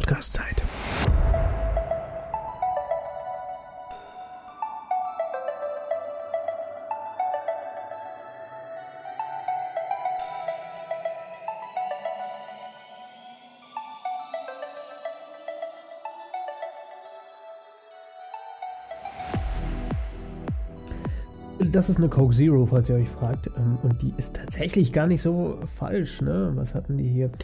Podcast-Zeit. Das ist eine Coke Zero, falls ihr euch fragt. Und die ist tatsächlich gar nicht so falsch, ne? Was hatten die hier?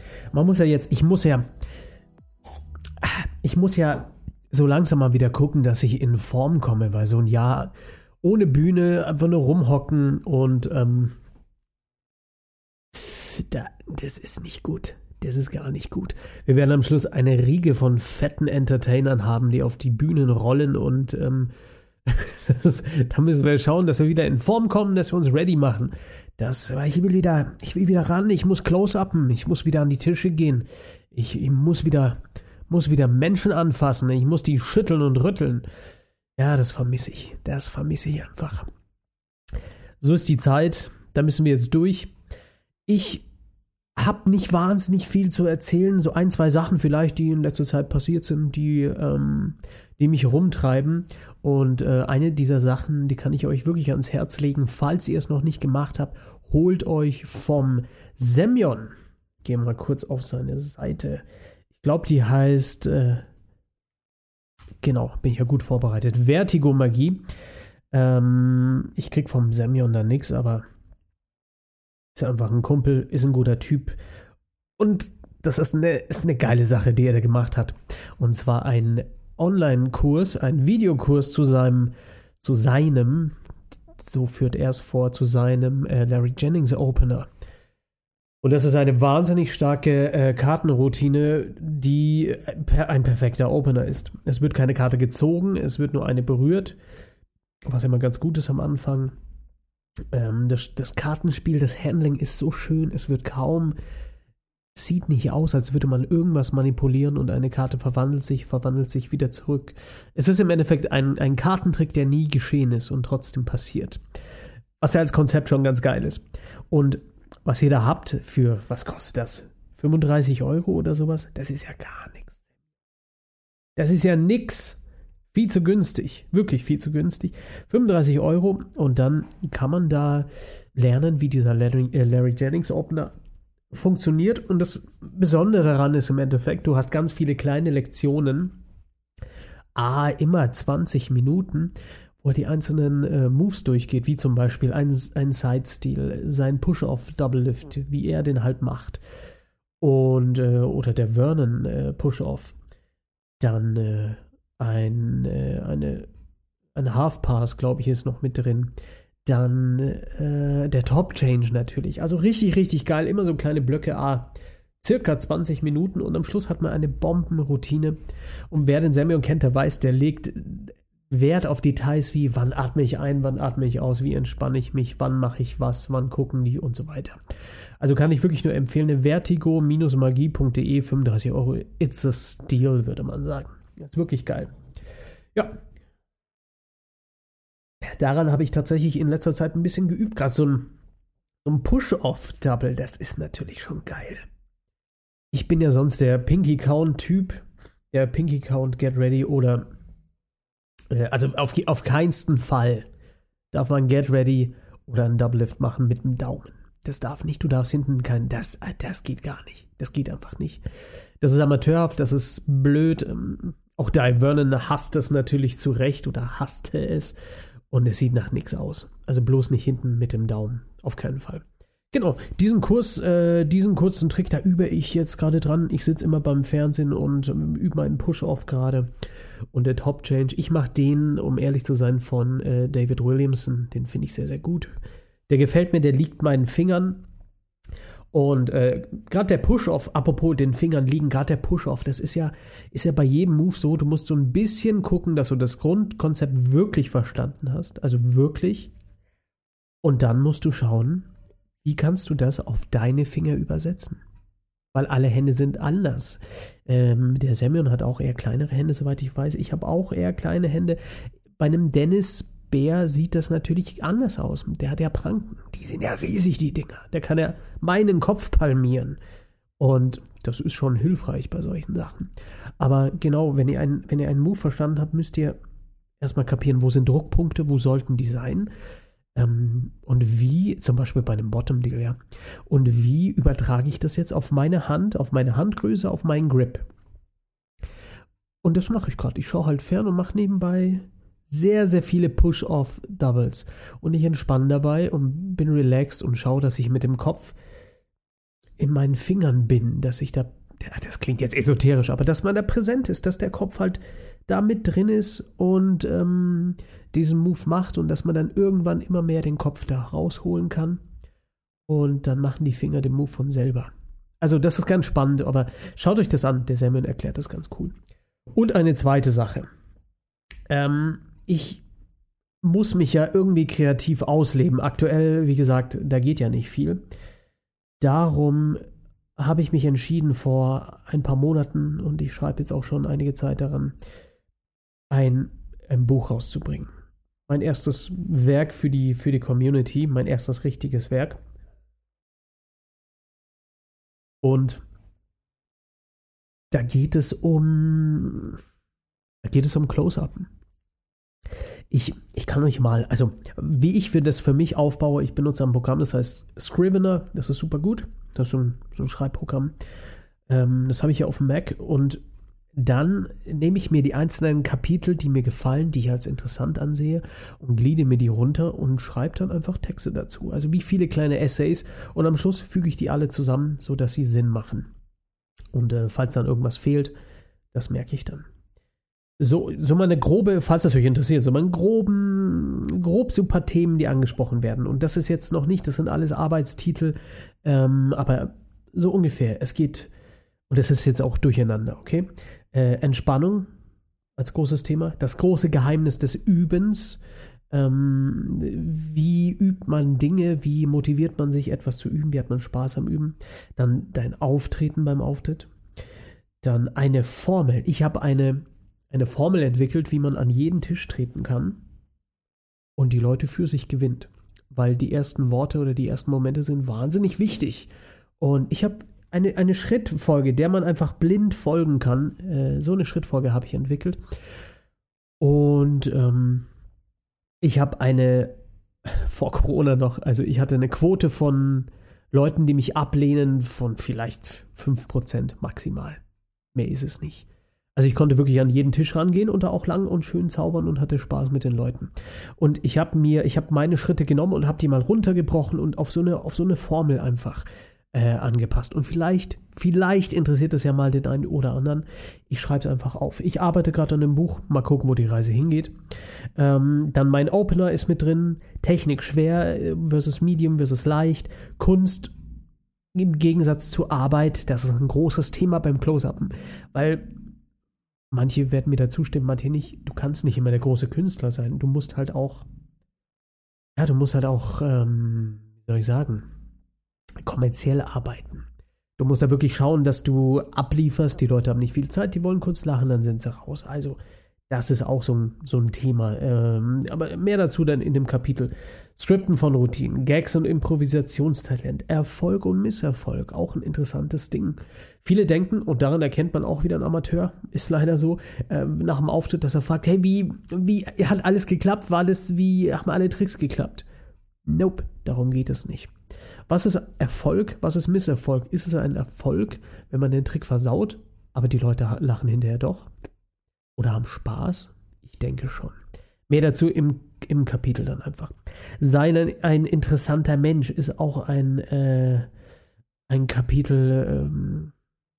Ich muss ja so langsam mal wieder gucken, dass ich in Form komme, weil so ein Jahr ohne Bühne einfach nur rumhocken und das ist nicht gut. Das ist gar nicht gut. Wir werden am Schluss eine Riege von fetten Entertainern haben, die auf die Bühnen rollen und da müssen wir schauen, dass wir wieder in Form kommen, dass wir uns ready machen. Ich will wieder ran, ich muss close-upen, ich muss wieder an die Tische gehen. Ich muss wieder Menschen anfassen, ich muss die schütteln und rütteln. Ja, das vermisse ich einfach. So ist die Zeit, da müssen wir jetzt durch. Ich habe nicht wahnsinnig viel zu erzählen, so 1, 2 Sachen vielleicht, die in letzter Zeit passiert sind, die mich rumtreiben. Und eine dieser Sachen, die kann ich euch wirklich ans Herz legen, falls ihr es noch nicht gemacht habt, holt euch vom Semyon. Gehen wir mal kurz auf seine Seite. Ich glaube, die heißt, bin ich ja gut vorbereitet, Vertigo Magie. Ich krieg vom Semyon da nichts, aber ist einfach ein Kumpel, ist ein guter Typ. Und das ist eine geile Sache, die er da gemacht hat. Und zwar ein Online-Kurs, ein Videokurs zu seinem, so führt er es vor, zu seinem Larry Jennings Opener. Und das ist eine wahnsinnig starke Kartenroutine, die ein perfekter Opener ist. Es wird keine Karte gezogen, es wird nur eine berührt, was immer ganz gut ist am Anfang. Das Kartenspiel, das Handling ist so schön, es sieht nicht aus, als würde man irgendwas manipulieren und eine Karte verwandelt sich wieder zurück. Es ist im Endeffekt ein Kartentrick, der nie geschehen ist und trotzdem passiert. Was ja als Konzept schon ganz geil ist. Und was ihr da habt was kostet das? 35 € oder sowas? Das ist ja gar nichts. Das ist ja nix. Viel zu günstig, wirklich viel zu günstig. 35 € und dann kann man da lernen, wie dieser Larry Jennings Opener funktioniert. Und das Besondere daran ist im Endeffekt, du hast ganz viele kleine Lektionen, immer 20 Minuten, wo er die einzelnen Moves durchgeht, wie zum Beispiel ein Side-Steal, sein Push-Off Double Lift, wie er den halt macht. Und oder der Vernon Push-Off. Dann eine Half-Pass, glaube ich, ist noch mit drin. Dann der Top-Change natürlich. Also richtig, richtig geil. Immer so kleine Blöcke, circa 20 Minuten und am Schluss hat man eine Bombenroutine. Und wer den Semyon kennt, der weiß, der legt Wert auf Details wie, wann atme ich ein, wann atme ich aus, wie entspanne ich mich, wann mache ich was, wann gucken die und so weiter. Also kann ich wirklich nur empfehlen, vertigo-magie.de, 35 €, it's a steal, würde man sagen. Das ist wirklich geil. Ja. Daran habe ich tatsächlich in letzter Zeit ein bisschen geübt. Gerade so ein Push-Off-Double, das ist natürlich schon geil. Ich bin ja sonst der Pinky-Count-Typ. Der Pinky-Count Get Ready oder also auf keinsten Fall darf man Get Ready oder einen Double Lift machen mit dem Daumen. Das darf nicht. Du darfst hinten das geht gar nicht. Das geht einfach nicht. Das ist amateurhaft, das ist blöd. Auch Dai Vernon hasst es natürlich zu Recht oder hasste es. Und es sieht nach nichts aus. Also bloß nicht hinten mit dem Daumen. Auf keinen Fall. Genau, diesen kurzen Trick, da übe ich jetzt gerade dran. Ich sitze immer beim Fernsehen und übe meinen Push-Off gerade. Und der Top-Change, ich mache den, um ehrlich zu sein, von David Williamson. Den finde ich sehr, sehr gut. Der gefällt mir, der liegt meinen Fingern. Und gerade der Push-Off, apropos den Fingern liegen, gerade der Push-Off, das ist ja bei jedem Move so, du musst so ein bisschen gucken, dass du das Grundkonzept wirklich verstanden hast. Also wirklich. Und dann musst du schauen, wie kannst du das auf deine Finger übersetzen? Weil alle Hände sind anders. Der Semyon hat auch eher kleinere Hände, soweit ich weiß. Ich habe auch eher kleine Hände. Bei einem Dennis Bär sieht das natürlich anders aus. Der hat ja Pranken. Die sind ja riesig, die Dinger. Der kann ja meinen Kopf palmieren. Und das ist schon hilfreich bei solchen Sachen. Aber genau, wenn ihr einen Move verstanden habt, müsst ihr erstmal kapieren, wo sind Druckpunkte, wo sollten die sein, und wie, zum Beispiel bei einem Bottom Deal, ja, und wie übertrage ich das jetzt auf meine Hand, auf meine Handgröße, auf meinen Grip. Und das mache ich gerade. Ich schaue halt fern und mache nebenbei sehr, sehr viele Push-Off-Doubles. Und ich entspanne dabei und bin relaxed und schaue, dass ich mit dem Kopf in meinen Fingern bin, dass ich da, das klingt jetzt esoterisch, aber dass man da präsent ist, dass der Kopf halt da mit drin ist und diesen Move macht und dass man dann irgendwann immer mehr den Kopf da rausholen kann und dann machen die Finger den Move von selber. Also das ist ganz spannend, aber schaut euch das an, der Semyon erklärt das ganz cool. Und eine zweite Sache. Ich muss mich ja irgendwie kreativ ausleben. Aktuell, wie gesagt, da geht ja nicht viel. Darum habe ich mich entschieden vor ein paar Monaten, und ich schreibe jetzt auch schon einige Zeit daran, ein Buch rauszubringen. Mein erstes Werk für die Community, mein erstes richtiges Werk. Und da geht es um Close-Up. Ich kann euch mal, also wie ich das für mich aufbaue, ich benutze ein Programm, das heißt Scrivener, das ist super gut, das ist so ein Schreibprogramm, das habe ich ja auf dem Mac, und dann nehme ich mir die einzelnen Kapitel, die mir gefallen, die ich als interessant ansehe, und gliede mir die runter und schreibe dann einfach Texte dazu, also wie viele kleine Essays, und am Schluss füge ich die alle zusammen, sodass sie Sinn machen. Und falls dann irgendwas fehlt, das merke ich dann. So mal eine grobe, falls das euch interessiert, so mal einen grob so ein paar Themen, die angesprochen werden. Und das ist jetzt noch nicht, das sind alles Arbeitstitel, aber so ungefähr. Es geht, und das ist jetzt auch durcheinander, okay? Entspannung als großes Thema, das große Geheimnis des Übens. Wie übt man Dinge, wie motiviert man sich, etwas zu üben, wie hat man Spaß am Üben. Dann dein Auftreten beim Auftritt. Dann eine Formel. Ich habe eine Formel entwickelt, wie man an jeden Tisch treten kann und die Leute für sich gewinnt. Weil die ersten Worte oder die ersten Momente sind wahnsinnig wichtig. Und ich habe eine Schrittfolge, der man einfach blind folgen kann. So eine Schrittfolge habe ich entwickelt. Und ich habe vor Corona noch, also ich hatte eine Quote von Leuten, die mich ablehnen, von vielleicht 5% maximal. Mehr ist es nicht. Also ich konnte wirklich an jeden Tisch rangehen und da auch lang und schön zaubern und hatte Spaß mit den Leuten. Und ich habe meine Schritte genommen und habe die mal runtergebrochen und auf so eine Formel einfach angepasst. Und vielleicht interessiert das ja mal den einen oder anderen. Ich schreibe es einfach auf. Ich arbeite gerade an einem Buch. Mal gucken, wo die Reise hingeht. Dann mein Opener ist mit drin. Technik schwer versus Medium versus leicht. Kunst im Gegensatz zur Arbeit. Das ist ein großes Thema beim Close-Upen. Weil manche werden mir da zustimmen, manche nicht. Du kannst nicht immer der große Künstler sein. Du musst halt auch, wie soll ich sagen, kommerziell arbeiten. Du musst da wirklich schauen, dass du ablieferst. Die Leute haben nicht viel Zeit, die wollen kurz lachen, dann sind sie raus. Also das ist auch so ein Thema. Aber mehr dazu dann in dem Kapitel. Skripten von Routinen, Gags und Improvisationstalent, Erfolg und Misserfolg, auch ein interessantes Ding. Viele denken, und daran erkennt man auch wieder einen Amateur, ist leider so, nach dem Auftritt, dass er fragt, hey, wie hat alles geklappt? Haben alle Tricks geklappt? Nope, darum geht es nicht. Was ist Erfolg? Was ist Misserfolg? Ist es ein Erfolg, wenn man den Trick versaut, aber die Leute lachen hinterher doch? Oder haben Spaß? Ich denke schon. Mehr dazu im Kapitel dann einfach. Sein ein interessanter Mensch ist auch ein Kapitel,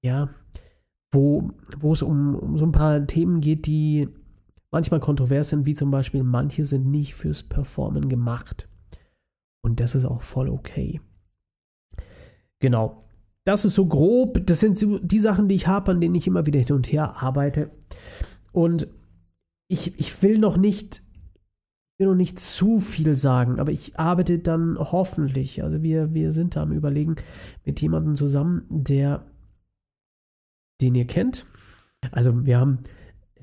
wo es um so ein paar Themen geht, die manchmal kontrovers sind, wie zum Beispiel, manche sind nicht fürs Performen gemacht. Und das ist auch voll okay. Genau. Das ist so grob, das sind so die Sachen, die ich habe, an denen ich immer wieder hin und her arbeite. Und ich will noch nicht zu viel sagen, aber ich arbeite dann hoffentlich, also wir sind da am Überlegen, mit jemandem zusammen, den ihr kennt. Also wir haben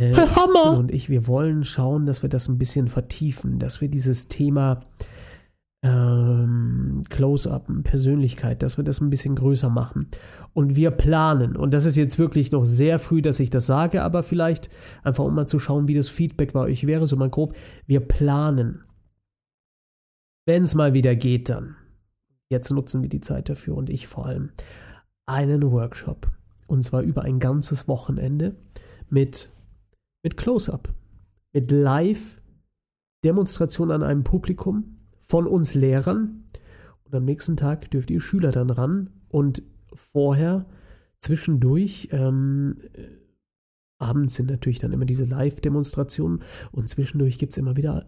und wir wollen schauen, dass wir das ein bisschen vertiefen, dass wir dieses Thema Close-up, Persönlichkeit, dass wir das ein bisschen größer machen. Und wir planen, und das ist jetzt wirklich noch sehr früh, dass ich das sage, aber vielleicht einfach um mal zu schauen, wie das Feedback bei euch wäre, so mal grob, wir planen, wenn es mal wieder geht dann, jetzt nutzen wir die Zeit dafür und ich vor allem, einen Workshop, und zwar über ein ganzes Wochenende mit Close-up, mit Live-Demonstration an einem Publikum, von uns Lehrern, und am nächsten Tag dürft ihr Schüler dann ran und vorher zwischendurch, abends sind natürlich dann immer diese Live-Demonstrationen und zwischendurch gibt es immer wieder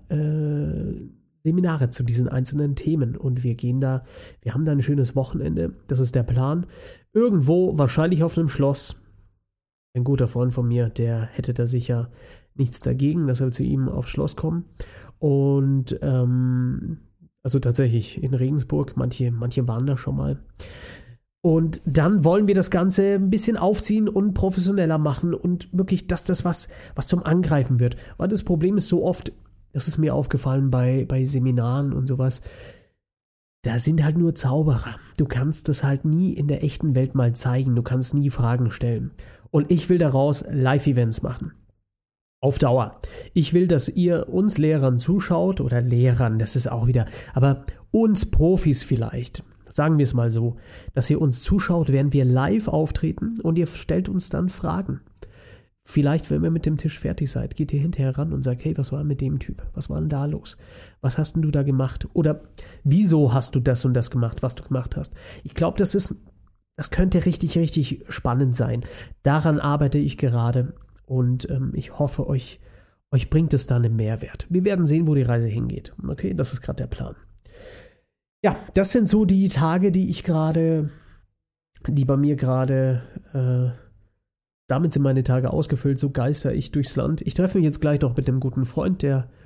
Seminare zu diesen einzelnen Themen und wir haben da ein schönes Wochenende, das ist der Plan, irgendwo wahrscheinlich auf einem Schloss. Ein guter Freund von mir, der hätte da sicher nichts dagegen, dass wir zu ihm aufs Schloss kommen und also tatsächlich in Regensburg, manche waren da schon mal. Und dann wollen wir das Ganze ein bisschen aufziehen und professioneller machen und wirklich, dass das was zum Angreifen wird. Weil das Problem ist so oft, das ist mir aufgefallen bei Seminaren und sowas, da sind halt nur Zauberer. Du kannst das halt nie in der echten Welt mal zeigen, du kannst nie Fragen stellen. Und ich will daraus Live-Events machen. Auf Dauer. Ich will, dass ihr uns Lehrern zuschaut oder Lehrern, das ist auch wieder, aber uns Profis vielleicht, sagen wir es mal so, dass ihr uns zuschaut, während wir live auftreten und ihr stellt uns dann Fragen. Vielleicht, wenn ihr mit dem Tisch fertig seid, geht ihr hinterher ran und sagt, hey, was war mit dem Typ? Was war denn da los? Was hast denn du da gemacht? Oder wieso hast du das und das gemacht, was du gemacht hast? Ich glaube, das könnte richtig, richtig spannend sein. Daran arbeite ich gerade. Und ich hoffe, euch bringt es dann einen Mehrwert. Wir werden sehen, wo die Reise hingeht. Okay, das ist gerade der Plan. Ja, das sind so die Tage, die bei mir gerade, damit sind meine Tage ausgefüllt, so geister ich durchs Land. Ich treffe mich jetzt gleich noch mit einem guten Freund,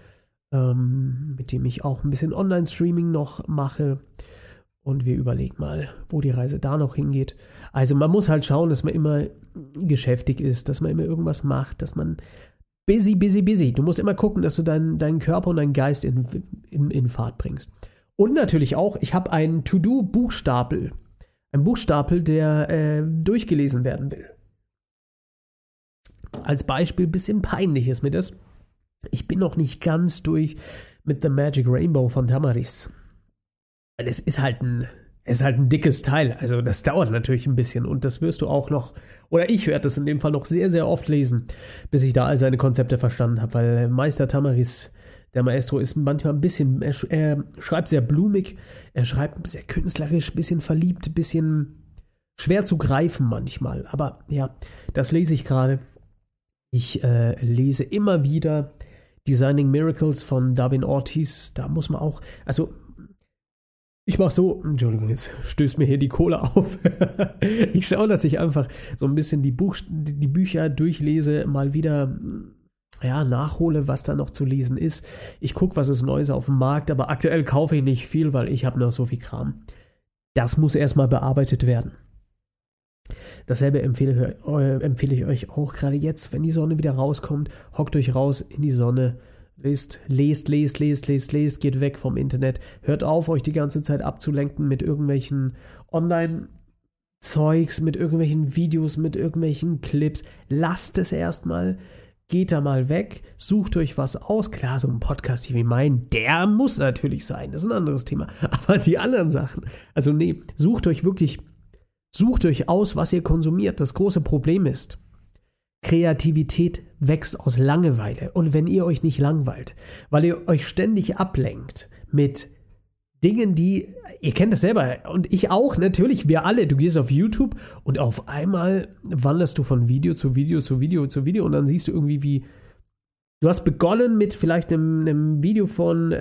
mit dem ich auch ein bisschen Online-Streaming noch mache. Und wir überlegen mal, wo die Reise da noch hingeht. Also man muss halt schauen, dass man immer geschäftig ist, dass man immer irgendwas macht, dass man busy. Du musst immer gucken, dass du deinen Körper und deinen Geist in Fahrt bringst. Und natürlich auch, ich habe einen To-Do-Buchstapel. Ein Buchstapel, der durchgelesen werden will. Als Beispiel, bisschen peinlich ist mir das. Ich bin noch nicht ganz durch mit The Magic Rainbow von Tamaris. Es ist halt ein dickes Teil, also das dauert natürlich ein bisschen und das wirst du auch noch, oder ich werde das in dem Fall noch sehr, sehr oft lesen, bis ich da all seine Konzepte verstanden habe, weil Meister Tamaris, der Maestro, ist manchmal ein bisschen, er schreibt sehr blumig, er schreibt sehr künstlerisch, ein bisschen verliebt, ein bisschen schwer zu greifen manchmal, aber ja, das lese ich gerade. Ich lese immer wieder Designing Miracles von Darwin Ortiz, da muss man auch, also ich mache so, Entschuldigung, jetzt stößt mir hier die Kohle auf. Ich schaue, dass ich einfach so ein bisschen die Bücher durchlese, mal wieder nachhole, was da noch zu lesen ist. Ich gucke, was ist Neues auf dem Markt, aber aktuell kaufe ich nicht viel, weil ich habe noch so viel Kram. Das muss erstmal bearbeitet werden. Dasselbe empfehle ich euch auch gerade jetzt, wenn die Sonne wieder rauskommt. Hockt euch raus in die Sonne. Lest, geht weg vom Internet, hört auf, euch die ganze Zeit abzulenken mit irgendwelchen Online-Zeugs, mit irgendwelchen Videos, mit irgendwelchen Clips. Lasst es erstmal, geht da mal weg, sucht euch was aus. Klar, so ein Podcast wie mein, der muss natürlich sein, das ist ein anderes Thema. Aber die anderen Sachen, also nee, sucht euch aus, was ihr konsumiert. Das große Problem ist, Kreativität wächst aus Langeweile. Und wenn ihr euch nicht langweilt, weil ihr euch ständig ablenkt mit Dingen, die, ihr kennt das selber und ich auch, natürlich, wir alle, du gehst auf YouTube und auf einmal wanderst du von Video zu Video und dann siehst du irgendwie du hast begonnen mit vielleicht einem Video von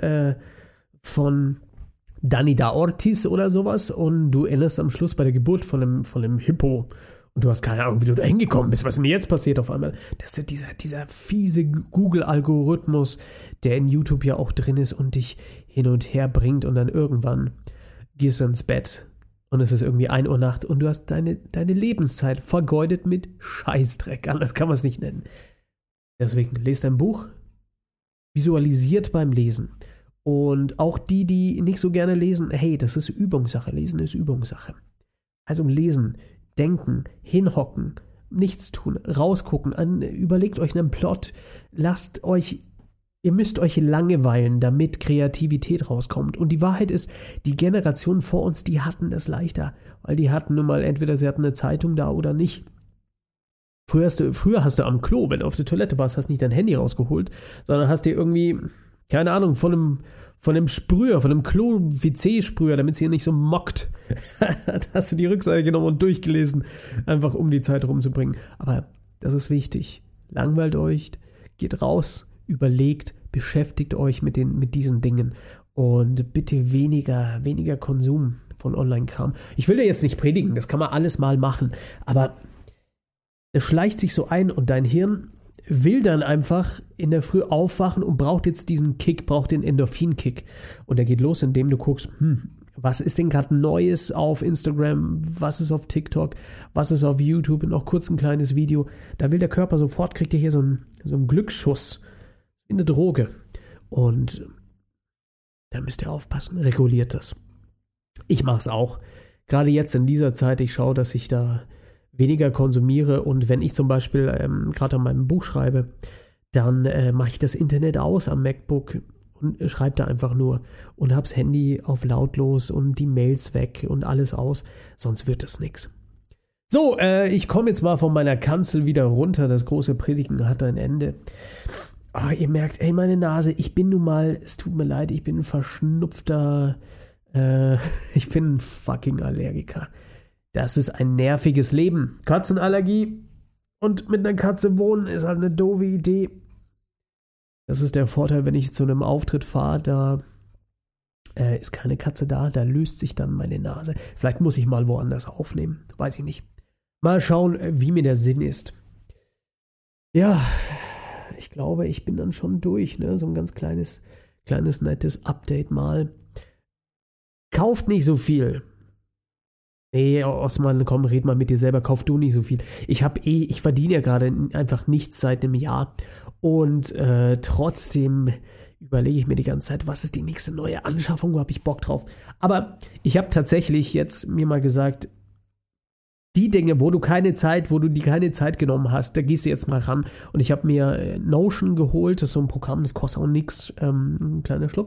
Dani da Ortiz oder sowas und du erinnerst am Schluss bei der Geburt von einem Hippo. Und du hast keine Ahnung, wie du da hingekommen bist. Was ist denn jetzt passiert auf einmal? Das ist dieser fiese Google-Algorithmus, der in YouTube ja auch drin ist und dich hin und her bringt und dann irgendwann gehst du ins Bett und es ist irgendwie 1 Uhr Nacht und du hast deine Lebenszeit vergeudet mit Scheißdreck. Anders kann man es nicht nennen. Deswegen lest ein Buch, visualisiert beim Lesen Und auch die nicht so gerne lesen, hey, das ist Übungssache. Lesen ist Übungssache. Also lesen, denken, hinhocken, nichts tun, rausgucken, überlegt euch einen Plot, ihr müsst euch langeweilen, damit Kreativität rauskommt. Und die Wahrheit ist, die Generation vor uns, die hatten das leichter, weil die hatten nun mal, entweder sie hatten eine Zeitung da oder nicht. Früher hast du am Klo, wenn du auf der Toilette warst, hast nicht dein Handy rausgeholt, sondern hast dir irgendwie, keine Ahnung, von einem Sprüher, von einem Klo-WC-Sprüher, damit es hier nicht so mockt, da hast du die Rückseite genommen und durchgelesen, einfach um die Zeit rumzubringen. Aber das ist wichtig. Langweilt euch, geht raus, überlegt, beschäftigt euch mit diesen Dingen und bitte weniger Konsum von Online-Kram. Ich will dir jetzt nicht predigen, das kann man alles mal machen, aber es schleicht sich so ein und dein Hirn will dann einfach in der Früh aufwachen und braucht jetzt diesen Kick, braucht den Endorphin-Kick. Und der geht los, indem du guckst, was ist denn gerade Neues auf Instagram, was ist auf TikTok, was ist auf YouTube und noch kurz ein kleines Video. Da will der Körper sofort, kriegt er hier so einen Glücksschuss in eine Droge. Und da müsst ihr aufpassen, reguliert das. Ich mache es auch. Gerade jetzt in dieser Zeit, ich schaue, dass ich da weniger konsumiere und wenn ich zum Beispiel gerade an meinem Buch schreibe, dann mache ich das Internet aus am MacBook und schreibe da einfach nur und habe das Handy auf lautlos und die Mails weg und alles aus, sonst wird das nichts. So, ich komme jetzt mal von meiner Kanzel wieder runter, das große Predigen hat ein Ende. Oh, ihr merkt, ey, meine Nase, ich bin nun mal, es tut mir leid, ich bin ein verschnupfter, ich bin ein fucking Allergiker. Das ist ein nerviges Leben. Katzenallergie und mit einer Katze wohnen ist halt eine doofe Idee. Das ist der Vorteil, wenn ich zu einem Auftritt fahre, da ist keine Katze da, da löst sich dann meine Nase. Vielleicht muss ich mal woanders aufnehmen, weiß ich nicht. Mal schauen, wie mir der Sinn ist. Ja, ich glaube, ich bin dann schon durch, ne? So ein ganz kleines nettes Update mal. Kauft nicht so viel. Nee, Osman, komm, red mal mit dir selber, kauf du nicht so viel. Ich verdiene ja gerade einfach nichts seit einem Jahr und trotzdem überlege ich mir die ganze Zeit, was ist die nächste neue Anschaffung, wo habe ich Bock drauf. Aber ich habe tatsächlich jetzt mir mal gesagt, die Dinge, wo du dir keine Zeit genommen hast, da gehst du jetzt mal ran. Und ich habe mir Notion geholt, das ist so ein Programm, das kostet auch nichts, ein kleiner Schluck.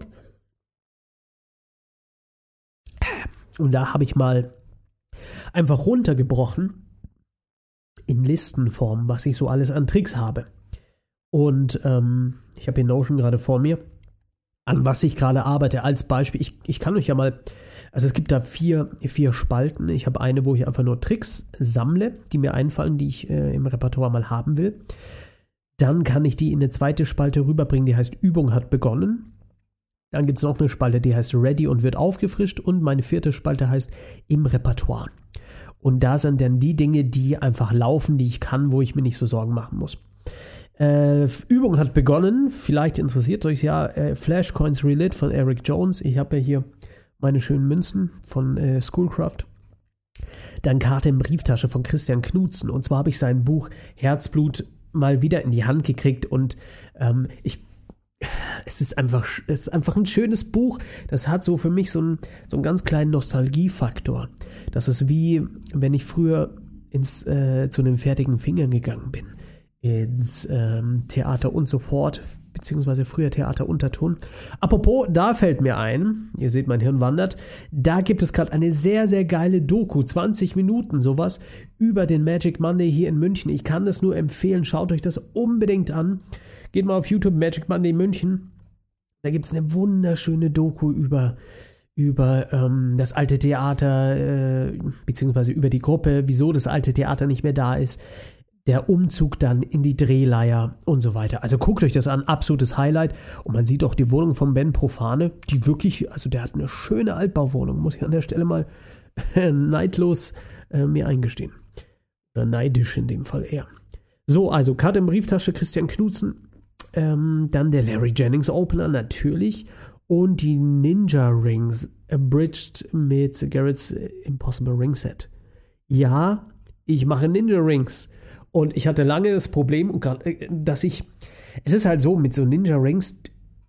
Und da habe ich mal einfach runtergebrochen in Listenform, was ich so alles an Tricks habe. Und ich habe hier Notion gerade vor mir, an was ich gerade arbeite. Als Beispiel, ich kann euch ja mal, also es gibt da vier Spalten. Ich habe eine, wo ich einfach nur Tricks sammle, die mir einfallen, die ich im Repertoire mal haben will. Dann kann ich die in eine zweite Spalte rüberbringen, die heißt Übung hat begonnen. Dann gibt es noch eine Spalte, die heißt Ready und wird aufgefrischt. Und meine vierte Spalte heißt im Repertoire. Und da sind dann die Dinge, die einfach laufen, die ich kann, wo ich mir nicht so Sorgen machen muss. Übung hat begonnen. Vielleicht interessiert euch ja Flashcoins Relit von Eric Jones. Ich habe ja hier meine schönen Münzen von Schoolcraft. Dann Karte in Brieftasche von Christian Knutzen. Und zwar habe ich sein Buch Herzblut mal wieder in die Hand gekriegt. Und es ist einfach ein schönes Buch. Das hat so für mich so einen ganz kleinen Nostalgiefaktor. Das ist wie, wenn ich früher zu den fertigen Fingern gegangen bin. Ins Theater und so fort, beziehungsweise früher Theater Unterton. Apropos, da fällt mir ein, ihr seht, mein Hirn wandert, da gibt es gerade eine sehr, sehr geile Doku, 20 Minuten sowas, über den Magic Monday hier in München. Ich kann das nur empfehlen, schaut euch das unbedingt an. Geht mal auf YouTube, Magic Monday München. Da gibt es eine wunderschöne Doku über das alte Theater, beziehungsweise über die Gruppe, wieso das alte Theater nicht mehr da ist, der Umzug dann in die Drehleier und so weiter. Also guckt euch das an, absolutes Highlight. Und man sieht auch die Wohnung von Ben Profane, die wirklich, also der hat eine schöne Altbauwohnung, muss ich an der Stelle mal neidlos mir eingestehen. Oder neidisch in dem Fall eher. So, also Karte in Brieftasche, Christian Knutzen, dann der Larry Jennings Opener natürlich und die Ninja Rings abridged mit Garrett's Impossible Ring Set. Ja, ich mache Ninja Rings und ich hatte lange das Problem, dass es ist halt so mit so Ninja Rings,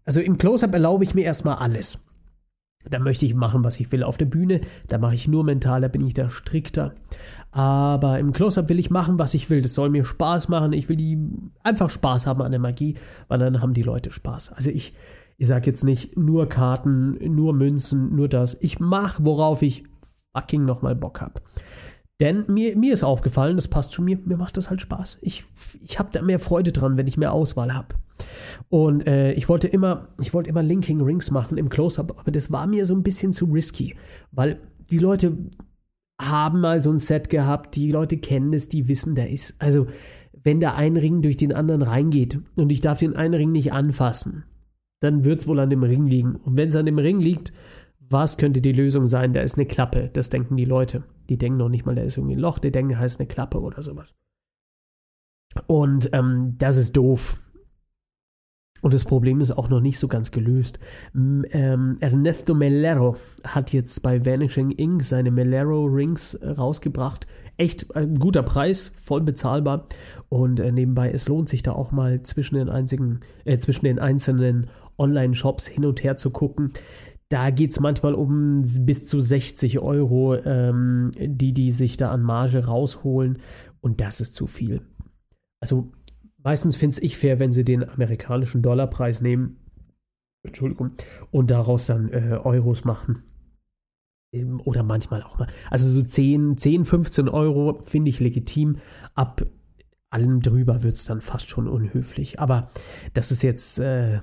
Also im Close-Up erlaube ich mir erstmal alles. Da möchte ich machen, was ich will auf der Bühne. Da mache ich nur mental, da bin ich da strikter. Aber im Close-Up will ich machen, was ich will. Das soll mir Spaß machen. Ich will die einfach Spaß haben an der Magie, weil dann haben die Leute Spaß. Also ich sage jetzt nicht nur Karten, nur Münzen, nur das. Ich mache, worauf ich fucking nochmal Bock habe. Denn mir ist aufgefallen, das passt zu mir macht das halt Spaß. Ich habe da mehr Freude dran, wenn ich mehr Auswahl habe. Und ich wollte immer Linking Rings machen im Close-Up, aber das war mir so ein bisschen zu risky, weil die Leute haben mal so ein Set gehabt, die Leute kennen es, die wissen, da ist, also wenn da ein Ring durch den anderen reingeht und ich darf den einen Ring nicht anfassen, dann wird es wohl an dem Ring liegen. Und wenn es an dem Ring liegt, was könnte die Lösung sein? Da ist eine Klappe, das denken die Leute. Die denken noch nicht mal, da ist irgendwie ein Loch, die denken, da ist eine Klappe oder sowas. Und das ist doof. Und das Problem ist auch noch nicht so ganz gelöst. Ernesto Melero hat jetzt bei Vanishing Ink seine Melero Rings rausgebracht. Echt ein guter Preis, voll bezahlbar. Und nebenbei, es lohnt sich da auch mal zwischen den einzelnen Online-Shops hin und her zu gucken. Da geht es manchmal um bis zu 60 Euro, die sich da an Marge rausholen. Und das ist zu viel. Also meistens finde es ich fair, wenn sie den amerikanischen Dollarpreis nehmen, und daraus dann Euros machen. Oder manchmal auch mal. Also so 10, 15 Euro finde ich legitim. Ab allem drüber wird es dann fast schon unhöflich. Aber das ist jetzt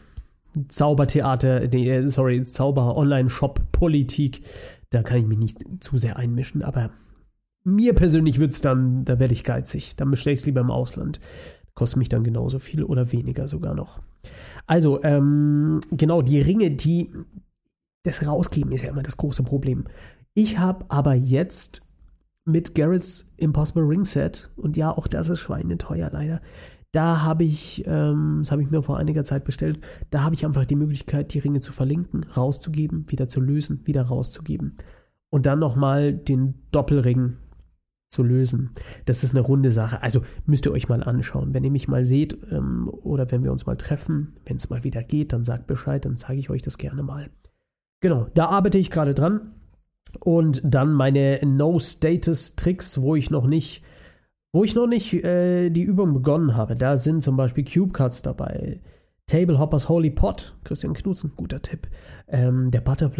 Zauber-Online-Shop-Politik. Da kann ich mich nicht zu sehr einmischen. Aber mir persönlich wird es dann, da werde ich geizig. Dann bestelle ich es lieber im Ausland. Kostet mich dann genauso viel oder weniger sogar noch. Also, genau, die Ringe, das Rausgeben ist ja immer das große Problem. Ich habe aber jetzt mit Garrett's Impossible Ring Set, und ja, auch das ist schweineteuer leider, da habe ich, das habe ich mir vor einiger Zeit bestellt, da habe ich einfach die Möglichkeit, die Ringe zu verlinken, rauszugeben, wieder zu lösen, wieder rauszugeben. Und dann nochmal den Doppelring zu lösen. Das ist eine runde Sache. Also müsst ihr euch mal anschauen. Wenn ihr mich mal seht oder wenn wir uns mal treffen, wenn es mal wieder geht, dann sagt Bescheid, dann zeige ich euch das gerne mal. Genau, da arbeite ich gerade dran. Und dann meine No-Status-Tricks, wo ich noch nicht die Übung begonnen habe. Da sind zum Beispiel Cube Cuts dabei. Table Hoppers Holy Pot, Christian Knutzen, guter Tipp. Der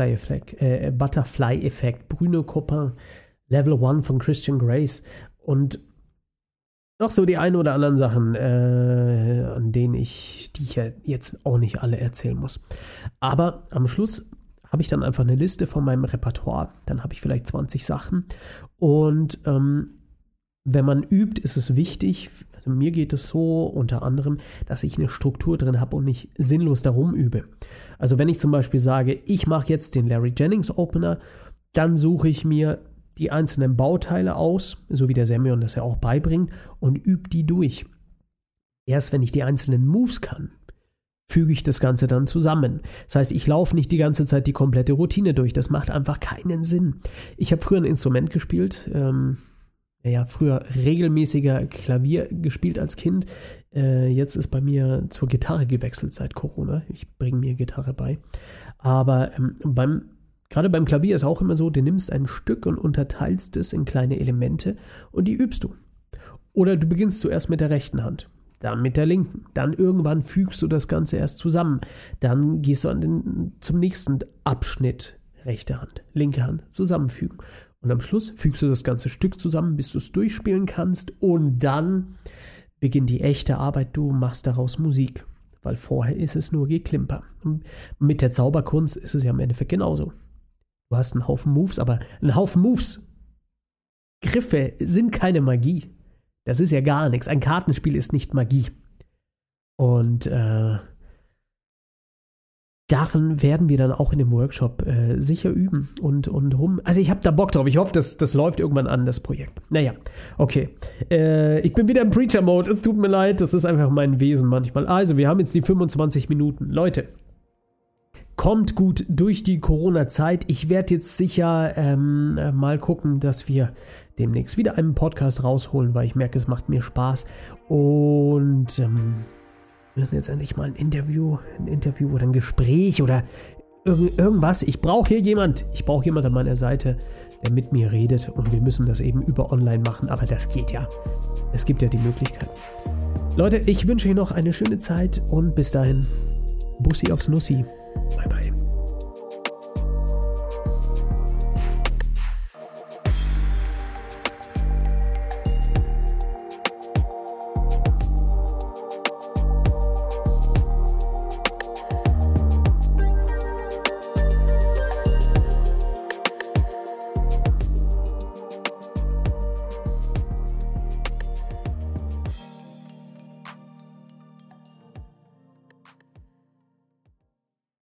Butterfly-Effekt, Bruno Coppin, Level 1 von Christian Grace und noch so die ein oder anderen Sachen, an denen die ich ja jetzt auch nicht alle erzählen muss. Aber am Schluss habe ich dann einfach eine Liste von meinem Repertoire. Dann habe ich vielleicht 20 Sachen. Und wenn man übt, ist es wichtig, also mir geht es so unter anderem, dass ich eine Struktur drin habe und nicht sinnlos darum übe. Also wenn ich zum Beispiel sage, ich mache jetzt den Larry Jennings Opener, dann suche ich mir die einzelnen Bauteile aus, so wie der Semyon das ja auch beibringt, und übe die durch. Erst wenn ich die einzelnen Moves kann, füge ich das Ganze dann zusammen. Das heißt, ich laufe nicht die ganze Zeit die komplette Routine durch. Das macht einfach keinen Sinn. Ich habe früher ein Instrument gespielt, früher regelmäßiger Klavier gespielt als Kind. Jetzt ist bei mir zur Gitarre gewechselt seit Corona. Ich bringe mir Gitarre bei. Aber gerade beim Klavier ist auch immer so, du nimmst ein Stück und unterteilst es in kleine Elemente und die übst du. Oder du beginnst zuerst mit der rechten Hand, dann mit der linken, dann irgendwann fügst du das Ganze erst zusammen. Dann gehst du zum nächsten Abschnitt, rechte Hand, linke Hand, zusammenfügen. Und am Schluss fügst du das ganze Stück zusammen, bis du es durchspielen kannst, und dann beginnt die echte Arbeit, du machst daraus Musik. Weil vorher ist es nur Geklimper. Und mit der Zauberkunst ist es ja im Endeffekt genauso. Du hast einen Haufen Moves, aber ein Haufen Moves, Griffe sind keine Magie. Das ist ja gar nichts. Ein Kartenspiel ist nicht Magie. Und darin werden wir dann auch in dem Workshop sicher üben und rum. Also ich habe da Bock drauf. Ich hoffe, das läuft irgendwann an, das Projekt. Naja, okay. Ich bin wieder im Preacher-Mode. Es tut mir leid, das ist einfach mein Wesen manchmal. Also, wir haben jetzt die 25 Minuten. Leute, kommt gut durch die Corona-Zeit. Ich werde jetzt sicher mal gucken, dass wir demnächst wieder einen Podcast rausholen, weil ich merke, es macht mir Spaß. Und Wir müssen jetzt endlich mal ein Interview oder ein Gespräch oder irgendwas. Ich brauche hier jemand. Ich brauche jemand an meiner Seite, der mit mir redet. Und wir müssen das eben über online machen. Aber das geht ja. Es gibt ja die Möglichkeit. Leute, ich wünsche euch noch eine schöne Zeit und bis dahin, Bussi aufs Nussi. Bye, bye.